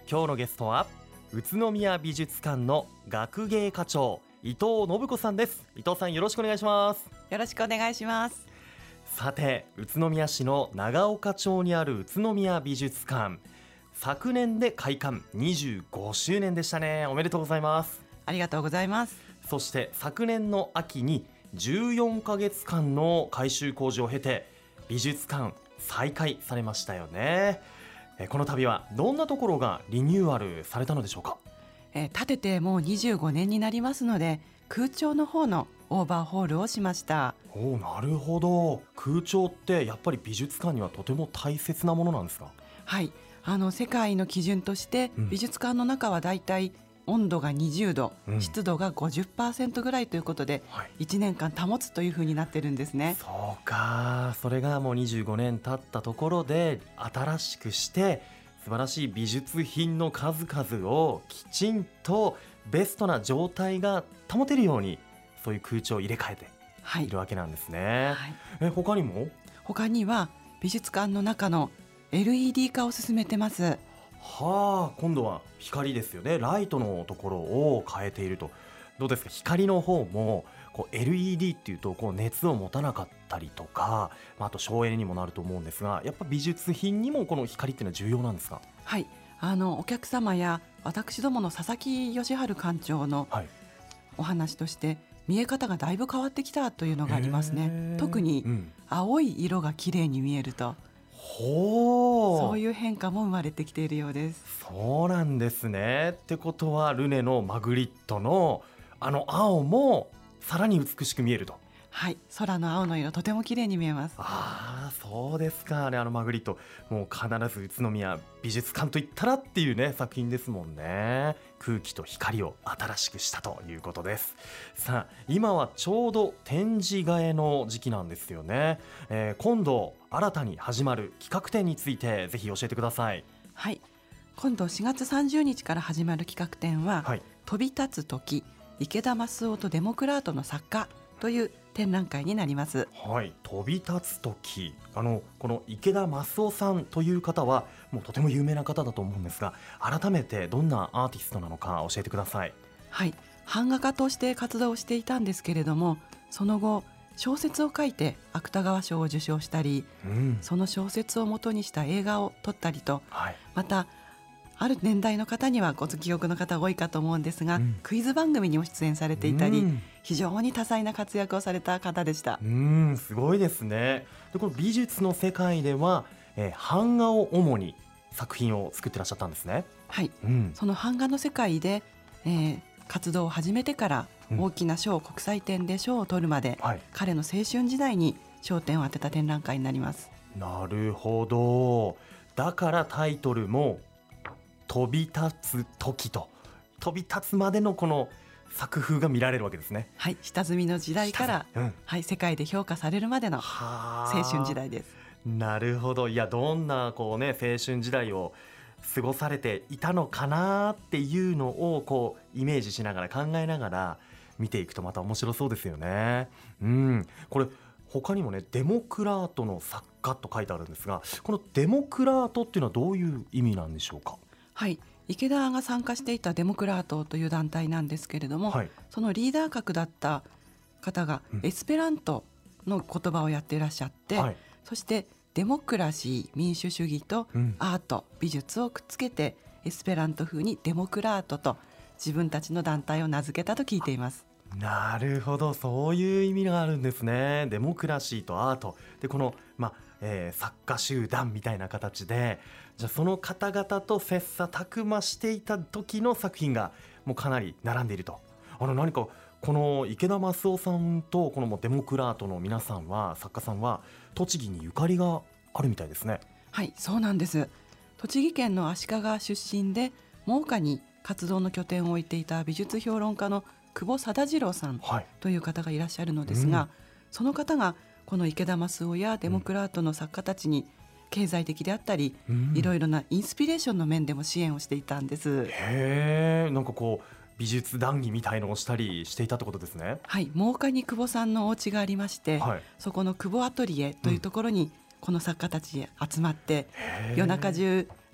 今日のゲストは宇都宮美術館の学芸課長伊藤信子さんです。伊藤さん、よろしくお願いします。 よろしくお願いします。 さて、宇都宮市の長岡町にある宇都宮美術館、昨年で開館25周年でしたね。おめでとうございます。 ありがとうございます。 そして昨年の秋に14ヶ月間の改修工事を経て美術館再開されましたよね。この度はどんなところがリニューアルされたのでしょうか。 建ててもう25年になりますので、空調の方のオーバーホールをしました。 なるほど。空調ってやっぱり美術館にはとても大切なものなんですか。 はい、世界の基準として美術館の中はだいたい温度が20度、湿度が 50% ぐらいということで、1年間保つというふうになってるんですね。 そうか。それがもう25年経ったところで新しくして素晴らしい美術品の数々をきちんとベストな状態が保てるように、そういう空調を入れ替えているわけなんですね。他には美術館の中の LED 化を進めてます。 今度は光ですよね。ライトのところを変えていると。どうですか、光の方もLED っていうと熱を持たなかったりとか、あと省エネにもなると思うんですが、やっぱ美術品にもこの光っていうのは重要なんですか。 はい、お客様や私どもの佐々木義治館長のお話として、見え方がだいぶ変わってきたというのがありますね。特に青い色が綺麗に見えると、そういう変化も生まれてきているようです。 そうなんですね。ってことはルネのマグリットの青もさらに美しく見えると。 はい、空の青の色とても綺麗に見えます。 そうですかね。マグリット、もう必ず宇都宮美術館といったらっていうね作品ですもんね。空気と光を新しくしたということです。さあ、今はちょうど展示替えの時期なんですよね。今度新たに始まる企画展についてぜひ教えてください。 はい、今度4月30日から始まる企画展は、飛び立つ時、池田益夫とデモクラートの作家という展覧会になります。 飛び立つ時、この池田益夫さんという方はもうとても有名な方だと思うんですが、改めてどんなアーティストなのか教えてください。 はい、版画家として活動していたんですけれども、その後小説を書いて芥川賞を受賞したり、その小説を元にした映画を撮ったりと、またある年代の方にはご記憶の方多いかと思うんですが、クイズ番組にも出演されていたり、非常に多彩な活躍をされた方でした。 すごいですね。で、この美術の世界では、版画を主に作品を作ってらっしゃったんですね。 はい、その版画の世界で、活動を始めてから大きな賞、国際展で賞を取るまで、彼の青春時代に焦点を当てた展覧会になります。 なるほど。だからタイトルも飛び立つ時と、飛び立つまでのこの作風が見られるわけですね。 はい、下積みの時代から、世界で評価されるまでの青春時代です。 なるほど。いや、どんな青春時代を過ごされていたのかなっていうのをイメージしながら考えながら見ていくとまた面白そうですよね。これ他にもね、デモクラートの作家と書いてあるんですが、このデモクラートっていうのはどういう意味なんでしょうか。 はい、池田が参加していたデモクラートという団体なんですけれども、そのリーダー格だった方がエスペラントの言葉をやっていらっしゃって、そしてデモクラシー、民主主義とアート、美術をくっつけてエスペラント風にデモクラートと自分たちの団体を名付けたと聞いています。 なるほど、そういう意味があるんですね。デモクラシーとアートで、この、作家集団みたいな形で、じゃあその方々と切磋琢磨していた時の作品がもうかなり並んでいると。何かこの池田益夫さんとこのデモクラートの皆さんは、作家さんは栃木にゆかりがあるみたいですね。 はい、そうなんです。栃木県の足利出身で、真岡に活動の拠点を置いていた美術評論家の久保貞次郎さんという方がいらっしゃるのですが、その方がこの池田益夫やデモクラートの作家たちに経済的であったり、いろいろなインスピレーションの面でも支援をしていたんです。 なんか美術談義みたいのをしたりしていたってことですね。 はい、真岡に久保さんのお家がありまして、そこの久保アトリエというところにこの作家たち集まって、夜中中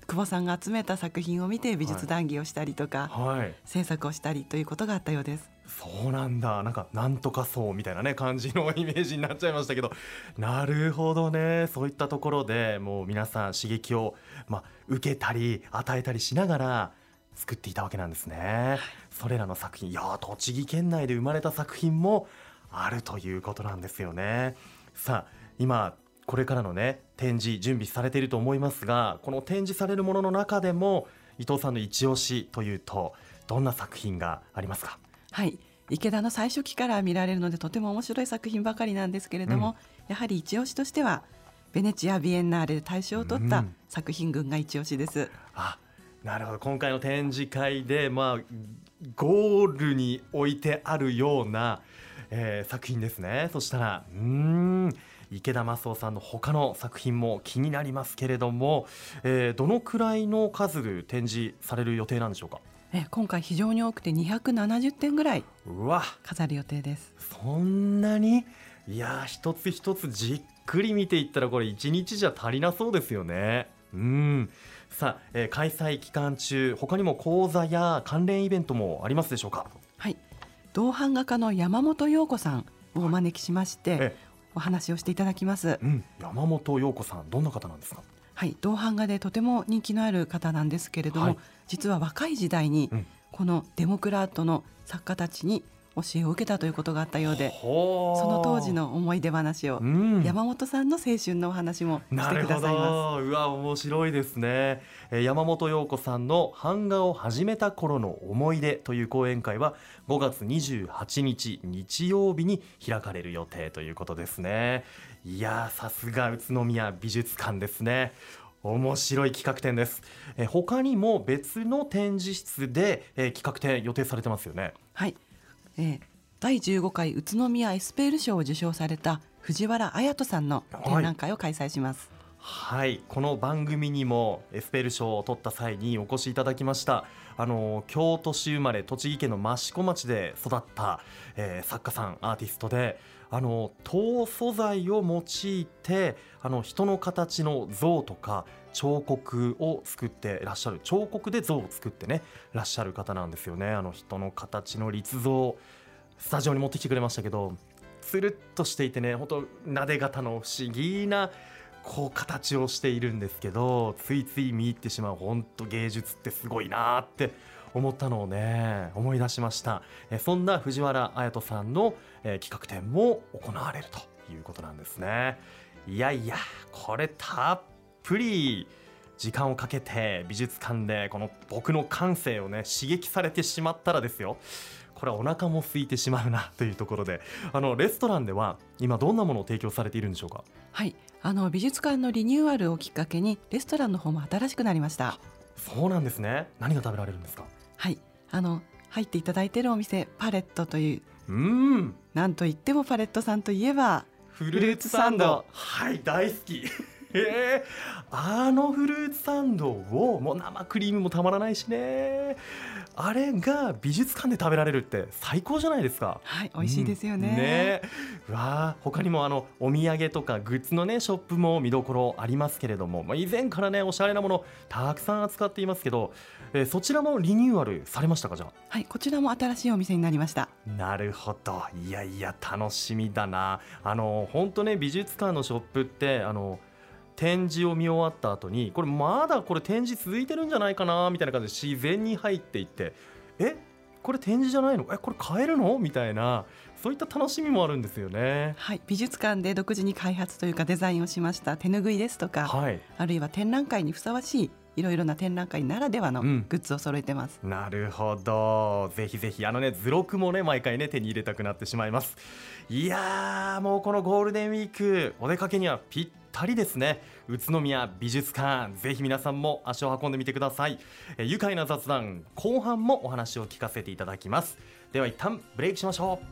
久保さんが集めた作品を見て美術談義をしたりとか、制作をしたりということがあったようです。 そうなんだ。なんとかそうみたいなね感じのイメージになっちゃいましたけど、なるほどね。そういったところでもう皆さん刺激を、受けたり与えたりしながら作っていたわけなんですね。それらの作品、いや栃木県内で生まれた作品もあるということなんですよね。さあ今これからのね展示準備されていると思いますが、この展示されるものの中でも伊藤さんの一押しというとどんな作品がありますか？ はい、池田の最初期から見られるのでとても面白い作品ばかりなんですけれども、やはり一押しとしてはベネチア・ビエンナーレで大賞を取った作品群が一押しです。 なるほど。今回の展示会で、ゴールに置いてあるような、作品ですね。そしたら池田正夫さんの他の作品も気になりますけれども、どのくらいの数で展示される予定なんでしょうか？ 今回非常に多くて270点ぐらい飾る予定です。 そんなに？いや一つ一つじっくり見ていったらこれ1日じゃ足りなそうですよね。さあ、開催期間中他にも講座や関連イベントもありますでしょうか？ はい、銅版画家の山本陽子さんをお招きしまして、お話をしていただきます。 山本陽子さん、どんな方なんですか？ はい、銅版画でとても人気のある方なんですけれども、実は若い時代にこのデモクラートの作家たちに教えを受けたということがあったようで、その当時の思い出話を、山本さんの青春のお話もしてくださいます。 面白いですね。山本陽子さんの版画を始めた頃の思い出という講演会は5月28日日曜日に開かれる予定ということですね。いやさすが宇都宮美術館ですね。面白い企画展です。他にも別の展示室で、企画展予定されてますよね。 はい、第15回宇都宮エスペール賞を受賞された藤原綾人さんの展覧会を開催します。 この番組にもエスペール賞を取った際にお越しいただきました。京都市生まれ栃木県の益子町で育った、作家さんアーティストで、陶素材を用いて人の形の像とか彫刻を作ってらっしゃる、彫刻で像を作ってねらっしゃる方なんですよね。人の形の立像スタジオに持ってきてくれましたけど、つるっとしていてね、本当なで型の不思議な形をしているんですけど、ついつい見入ってしまう。本当芸術ってすごいなって思ったのをね思い出しました。そんな藤原綾人さんの、企画展も行われるということなんですね。いやこれたっぷり時間をかけて美術館でこの僕の感性をね刺激されてしまったらですよ、これはお腹も空いてしまうなというところで、レストランでは今どんなものを提供されているんでしょうか？ はい、美術館のリニューアルをきっかけにレストランの方も新しくなりました。 そうなんですね。何が食べられるんですか？ はい、入っていただいているお店パレットという、なんといってもパレットさんといえばフルーツサンド。大好きフルーツサンドをもう生クリームもたまらないしね、あれが美術館で食べられるって最高じゃないですか。 美味しいですよね。 他にもお土産とかグッズのねショップも見どころありますけれども、以前からねおしゃれなものたくさん扱っていますけど、そちらもリニューアルされましたか？じゃあはい、こちらも新しいお店になりました。 なるほど。いや楽しみだな。本当ね美術館のショップって展示を見終わった後にこれ展示続いてるんじゃないかなみたいな感じで自然に入っていって、これ展示じゃないの？これ買えるの？みたいな、そういった楽しみもあるんですよね。 美術館で独自に開発というかデザインをしました手ぬぐいですとか、あるいは展覧会にふさわしいいろいろな展覧会ならではのグッズを揃えてます。 なるほど。ぜひぜひ図録もね毎回ね手に入れたくなってしまいます。いやもうこのゴールデンウィークお出かけにはぴったりですね。宇都宮美術館、ぜひ皆さんも足を運んでみてください。愉快な雑談後半もお話を聞かせていただきます。では一旦ブレイクしましょう。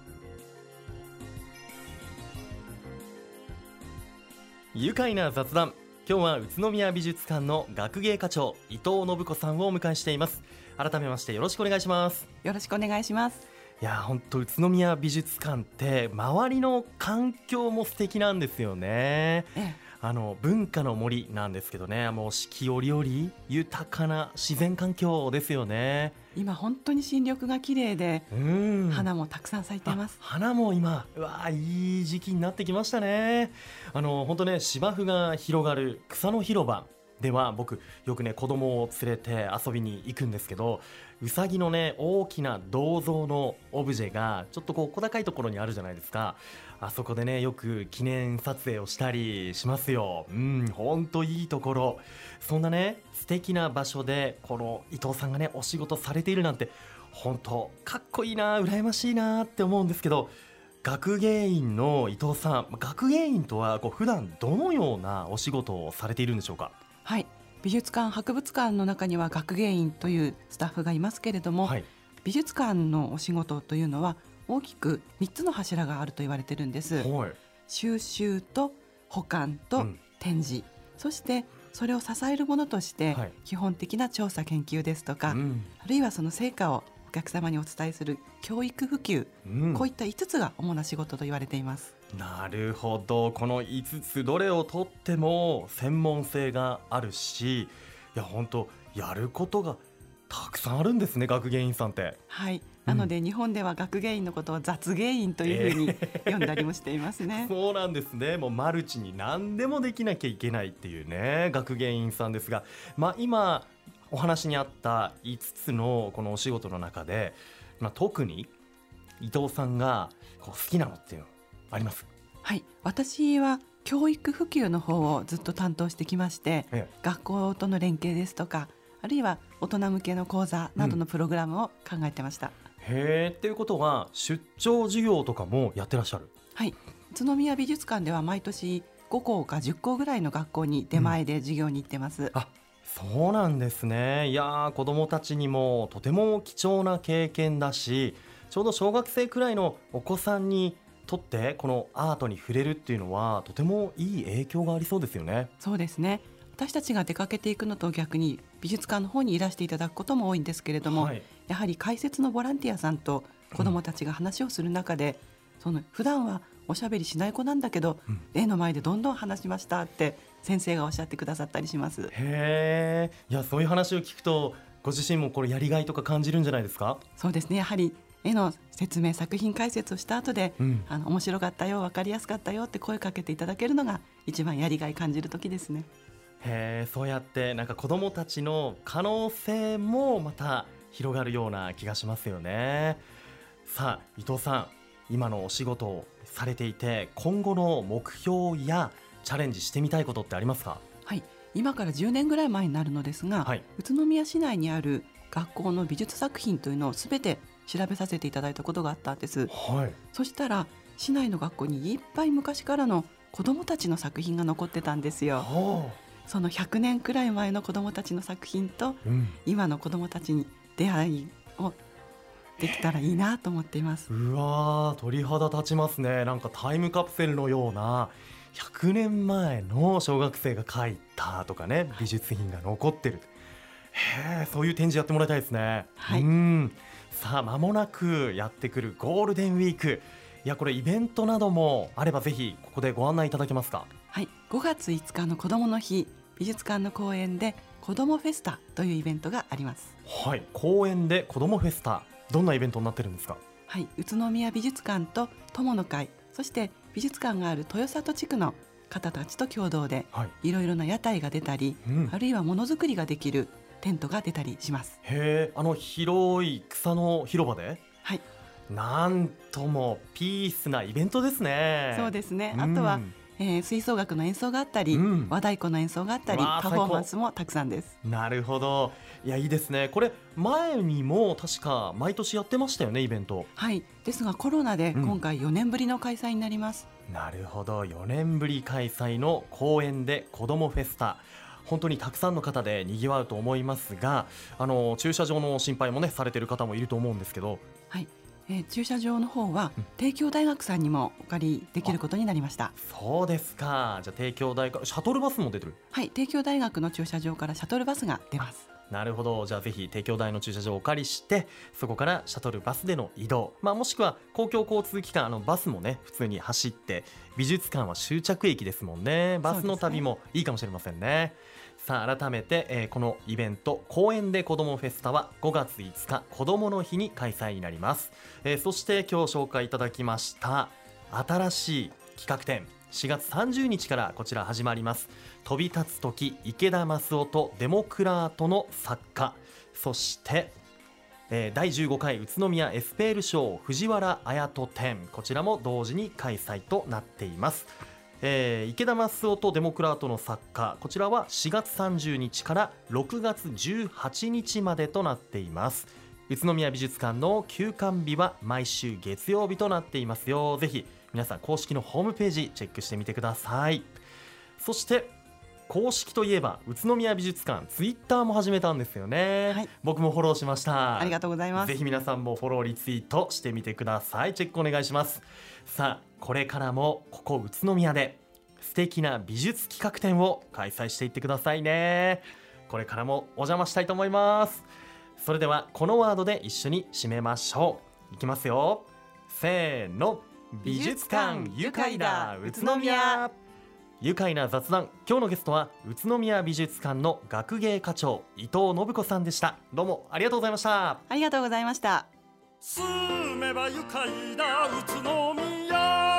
愉快な雑談、今日は宇都宮美術館の学芸課長伊藤信子さんをお迎えしています。改めましてよろしくお願いします。 よろしくお願いします。 本当宇都宮美術館って周りの環境も素敵なんですよね。 文化の森なんですけどね、もう四季折々豊かな自然環境ですよね。 今本当に新緑が綺麗で、花もたくさん咲いています。 花も今いい時期になってきましたね。本当ね、芝生が広がる草の広場では僕よくね子供を連れて遊びに行くんですけど、うさぎのね大きな銅像のオブジェがちょっと小高いところにあるじゃないですか。あそこでねよく記念撮影をしたりしますよ。本当いいところ。そんなね素敵な場所でこの伊藤さんがねお仕事されているなんて本当かっこいいな、羨ましいなって思うんですけど、学芸員の伊藤さん、学芸員とは普段どのようなお仕事をされているんでしょうか？ はい、美術館博物館の中には学芸員というスタッフがいますけれども、美術館のお仕事というのは大きく3つの柱があると言われているんです。収集と保管と展示、そしてそれを支えるものとして基本的な調査研究ですとか、あるいはその成果をお客様にお伝えする教育普及、こういった5つが主な仕事と言われています。 なるほど。この5つどれをとっても専門性があるし、いや本当やることがたくさんあるんですね、学芸員さんって。 はい、なので日本では学芸員のことを雑芸員というふうに呼んだりもしていますね。 そうなんですね。もうマルチに何でもできなきゃいけないっていうね学芸員さんですが、今お話にあった5つのこのお仕事の中で、特に伊藤さんが好きなのっていうのあります？ はい、私は教育普及の方をずっと担当してきまして、学校との連携ですとか、あるいは大人向けの講座などのプログラムを考えてました。 へー、っていうことは出張授業とかもやってらっしゃる？ はい、宇都宮美術館では毎年5校か10校ぐらいの学校に出前で授業に行ってます。 そうなんですね。いや子どもたちにもとても貴重な経験だし、ちょうど小学生くらいのお子さんにとってこのアートに触れるっていうのはとてもいい影響がありそうですよね。 そうですね。私たちが出かけていくのと逆に美術館の方にいらしていただくことも多いんですけれども、やはり解説のボランティアさんと子どもたちが話をする中で、普段はおしゃべりしない子なんだけど、絵の前でどんどん話しましたって先生がおっしゃってくださったりします。 へー、いやそういう話を聞くとご自身もこれやりがいとか感じるんじゃないですか？ そうですね。やはり絵の説明、作品解説をした後で、面白かったよ、分かりやすかったよって声かけていただけるのが一番やりがい感じる時ですね。 そうやって子どもたちの可能性もまた広がるような気がしますよね。さあ伊藤さん、今のお仕事をされていて今後の目標やチャレンジしてみたいことってありますか？ はい、今から10年ぐらい前になるのですが、宇都宮市内にある学校の美術作品というのをすべて調べさせていただいたことがあったんです。そしたら市内の学校にいっぱい昔からの子どもたちの作品が残ってたんですよ。その100年くらい前の子どもたちの作品と、今の子どもたちに出会いをできたらいいなと思っています。 うわー、鳥肌立ちますね。タイムカプセルのような100年前の小学生が描いたとかね、美術品が残ってる。そういう展示やってもらいたいですね。さあ間もなくやってくるゴールデンウィーク、これイベントなどもあればぜひここでご案内いただけますか？ はい、5月5日の子どもの日、美術館の公園で子どもフェスタというイベントがあります。 公園で子どもフェスタ、どんなイベントになってるんですか？ 宇都宮美術館と友の会、そして美術館がある豊里地区の方たちと共同で、いろいろな屋台が出たり、あるいはものづくりができるテントが出たりします。 広い草の広場で、なんともピースなイベントですね。 そうですね。あとは、吹奏楽の演奏があったり、和太鼓の演奏があったり、パフォーマンスもたくさんです。 なるほど。いいですね。これ前にも確か毎年やってましたよね、イベント。 ですがコロナで今回4年ぶりの開催になります。 なるほど。4年ぶり開催の公園で子どもフェスタ、本当にたくさんの方で賑わうと思いますが、駐車場の心配もねされている方もいると思うんですけど、 駐車場の方は帝京大学さんにもお借りできることになりました。 そうですか。じゃあ帝京大学シャトルバスも出てる？ 帝京大学の駐車場からシャトルバスが出ます。 なるほど。じゃあぜひ帝京大の駐車場をお借りしてそこからシャトルバスでの移動、もしくは公共交通機関バスもね普通に走って美術館は終着駅ですもんね。バスの旅もいいかもしれませんね。さあ改めて、このイベント公園で子どもフェスタは5月5日子どもの日に開催になります。そして今日紹介いただきました新しい企画展4月30日からこちら始まります。飛び立つ時池田益夫とデモクラートの作家、そして、第15回宇都宮エスペール賞藤原綾人展、こちらも同時に開催となっています。池田益夫とデモクラートの作家、こちらは4月30日から6月18日までとなっています。宇都宮美術館の休館日は毎週月曜日となっていますよ。ぜひ皆さん公式のホームページチェックしてみてください。そして公式といえば宇都宮美術館ツイッターも始めたんですよね、はい、僕もフォローしました。 ありがとうございます。 ぜひ皆さんもフォローリツイートしてみてください。チェックお願いします。さあこれからもここ宇都宮で素敵な美術企画展を開催していってくださいね。これからもお邪魔したいと思います。それではこのワードで一緒に締めましょう。いきますよ、せーの、美術館愉快だ宇都宮。愉快な雑談、今日のゲストは宇都宮美術館の学芸課長伊藤信子さんでした。どうもありがとうございました。 ありがとうございました。 住めば愉快だ宇都宮。